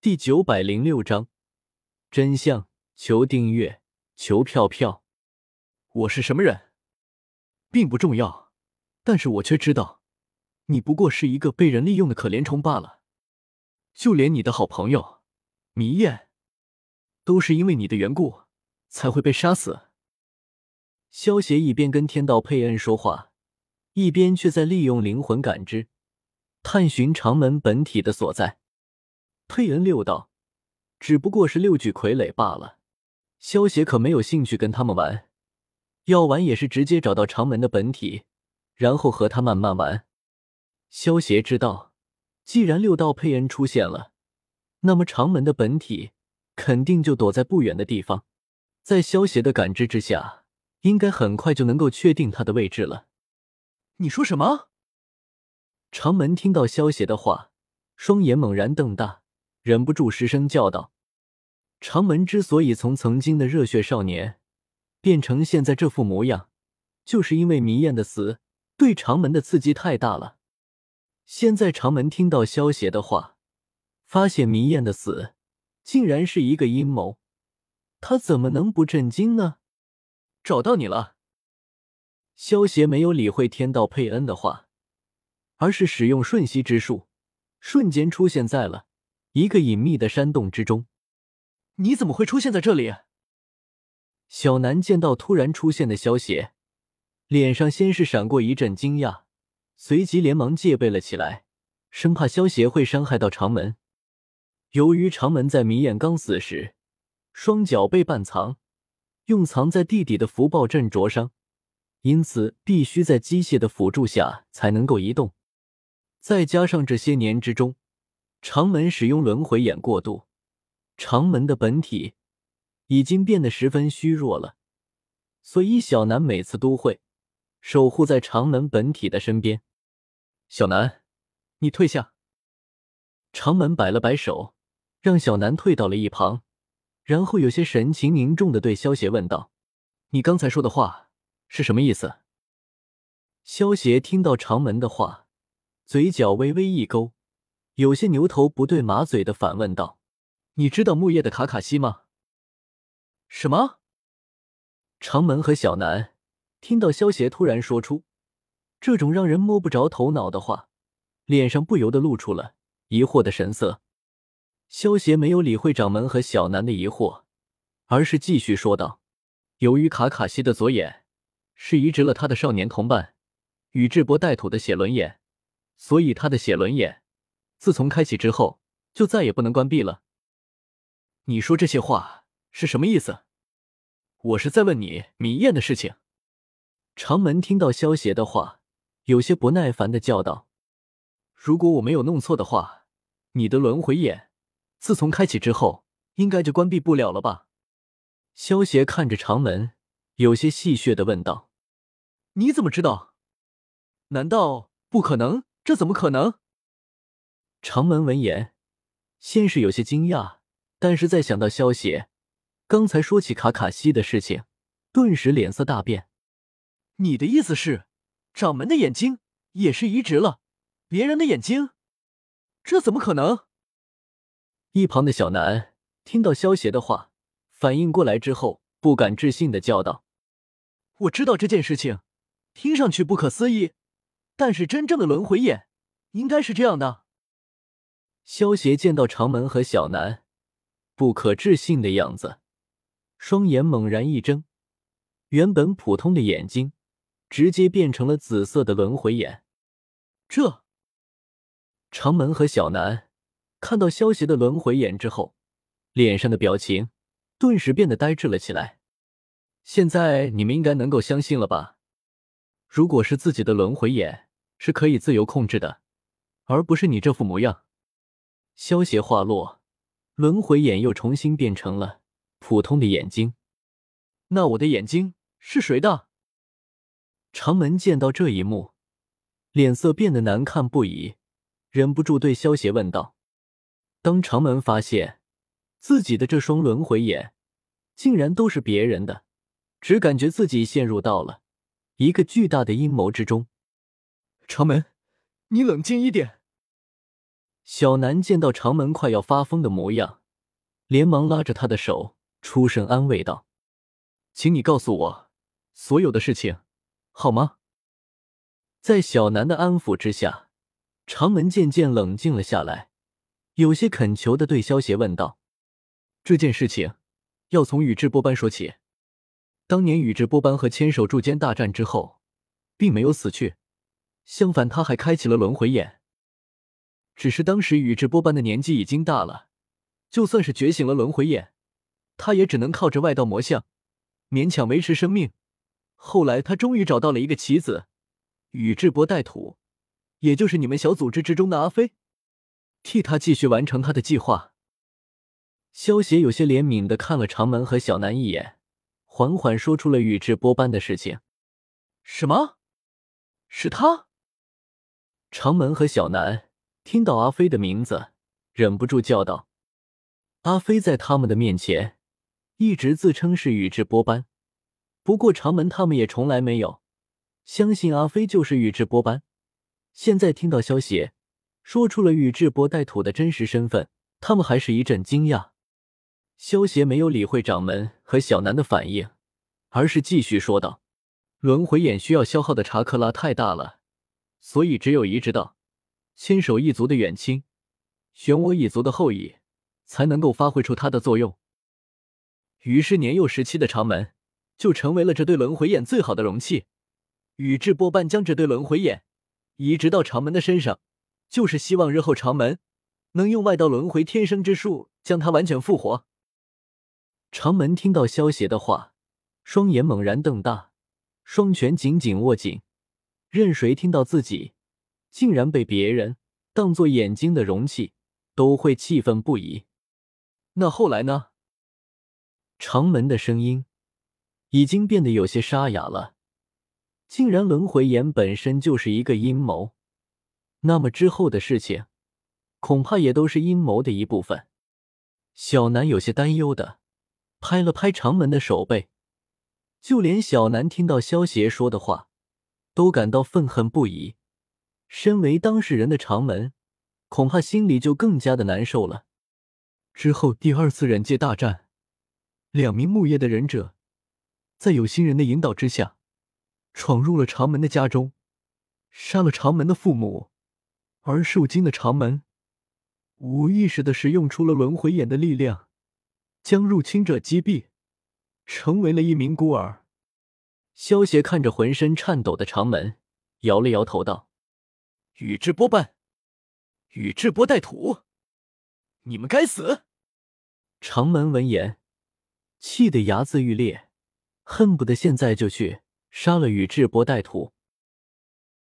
第906章真相，求订阅，求票票。 我是什么人并不重要，但是我却知道你不过是一个被人利用的可怜虫罢了。就连你的好朋友迷燕都是因为你的缘故才会被杀死。 萧协一边跟天道佩恩说话，一边却在利用灵魂感知探寻长门本体的所在。佩恩六道只不过是6具傀儡罢了，萧协可没有兴趣跟他们玩，要玩也是直接找到长门的本体，然后和他慢慢玩。萧协知道，既然6道佩恩出现了，那么长门的本体肯定就躲在不远的地方，在萧协的感知之下，应该很快就能够确定他的位置了。 你说什么？ 长门听到萧协的话，双眼猛然瞪大，忍不住失声叫道。长门之所以从曾经的热血少年变成现在这副模样，就是因为迷燕的死对长门的刺激太大了。现在长门听到萧协的话，发现迷燕的死竟然是一个阴谋，他怎么能不震惊呢？ 找到你了。 萧协没有理会天道佩恩的话，而是使用瞬息之术，瞬间出现在了一个隐秘的山洞之中。 你怎么会出现在这里？ 小南见到突然出现的萧协，脸上先是闪过一阵惊讶，随即连忙戒备了起来，生怕萧协会伤害到长门。由于长门在迷燕刚死时双脚被半藏，用藏在地底的符报阵灼伤，因此必须在机械的辅助下才能够移动。再加上这些年之中长门使用轮回眼过度，长门的本体已经变得十分虚弱了，所以小南每次都会守护在长门本体的身边。 小南，你退下。 长门摆了摆手，让小南退到了一旁，然后有些神情凝重地对萧协问道： 你刚才说的话是什么意思？ 萧协听到长门的话，嘴角微微一勾，有些牛头不对马嘴地反问道： 你知道木叶的卡卡西吗？ 什么？长门和小南听到萧协突然说出这种让人摸不着头脑的话，脸上不由得露出了疑惑的神色。萧协没有理会掌门和小南的疑惑，而是继续说道： 由于卡卡西的左眼是移植了他的少年同伴宇智波带土的血轮眼，所以他的血轮眼自从开启之后就再也不能关闭了。你说这些话是什么意思？我是在问你迷燕的事情。 长门听到萧协的话，有些不耐烦地叫道： 如果我没有弄错的话，你的轮回眼自从开启之后应该就关闭不了了吧？ 萧协看着长门，有些戏谑地问道： 你怎么知道？难道不可能？这怎么可能？ 长门闻言先是有些惊讶，但是再想到萧协刚才说起卡卡西的事情，顿时脸色大变。 你的意思是掌门的眼睛也是移植了别人的眼睛？这怎么可能？ 一旁的小南听到萧协的话，反应过来之后不敢置信地叫道： 我知道这件事情听上去不可思议，但是真正的轮回眼应该是这样的。 萧协见到长门和小南不可置信的样子，双眼猛然一睁，原本普通的眼睛直接变成了紫色的轮回眼。 这…… 长门和小南看到萧协的轮回眼之后，脸上的表情顿时变得呆滞了起来。现在你们应该能够相信了吧？如果是自己的轮回眼是可以自由控制的，而不是你这副模样。萧协话落，轮回眼又重新变成了普通的眼睛。 那我的眼睛是谁的？ 长门见到这一幕，脸色变得难看不已，忍不住对萧协问道。当长门发现自己的这双轮回眼竟然都是别人的，只感觉自己陷入到了一个巨大的阴谋之中。 长门，你冷静一点。 小南见到长门快要发疯的模样，连忙拉着他的手，出声安慰道：“ 请你告诉我所有的事情，好吗？” 在小南的安抚之下，长门渐渐冷静了下来，有些恳求地对萧协问道：“ 这件事情要从宇智波斑说起。当年宇智波斑和千手柱间大战之后，并没有死去，相反他还开启了轮回眼。只是当时宇智波斑的年纪已经大了，就算是觉醒了轮回眼，他也只能靠着外道魔相勉强维持生命。后来他终于找到了一个棋子，宇智波带土，也就是你们小组织之中的阿飞，替他继续完成他的计划。” 萧协有些怜悯地看了长门和小南一眼，缓缓说出了宇智波斑的事情。 “什么？是他？” 长门和小南听到阿飞的名字，忍不住叫道。阿飞在他们的面前一直自称是宇智波斑，不过长门他们也从来没有相信阿飞就是宇智波斑。现在听到萧协说出了宇智波带土的真实身份，他们还是一阵惊讶。萧协没有理会掌门和小南的反应，而是继续说道：“ 轮回眼需要消耗的查克拉太大了，所以只有移植到千手一族的远亲、漩涡一族的后裔，才能够发挥出它的作用。于是年幼时期的长门就成为了这对轮回眼最好的容器。宇智波斑将这对轮回眼移植到长门的身上，就是希望日后长门能用外道轮回天生之术将它完全复活。” 长门听到萧协的话，双眼猛然瞪大，双拳紧紧握紧，任谁听到自己竟然被别人当作眼睛的容器，都会气愤不已。 那后来呢？ 长门的声音已经变得有些沙哑了。竟然轮回眼本身就是一个阴谋，那么之后的事情恐怕也都是阴谋的一部分。小南有些担忧的拍了拍长门的手背，就连小南听到萧协说的话都感到愤恨不已。身为当事人的长门恐怕心里就更加的难受了。 之后第二次忍界大战，2名木叶的忍者在有心人的引导之下闯入了长门的家中，杀了长门的父母，而受惊的长门无意识地使用出了轮回眼的力量，将入侵者击毙，成为了一名孤儿。 萧协看着浑身颤抖的长门，摇了摇头道：“ 宇智波斑，宇智波带土，你们该死！” 长门闻言气得牙眦欲裂，恨不得现在就去杀了宇智波带土。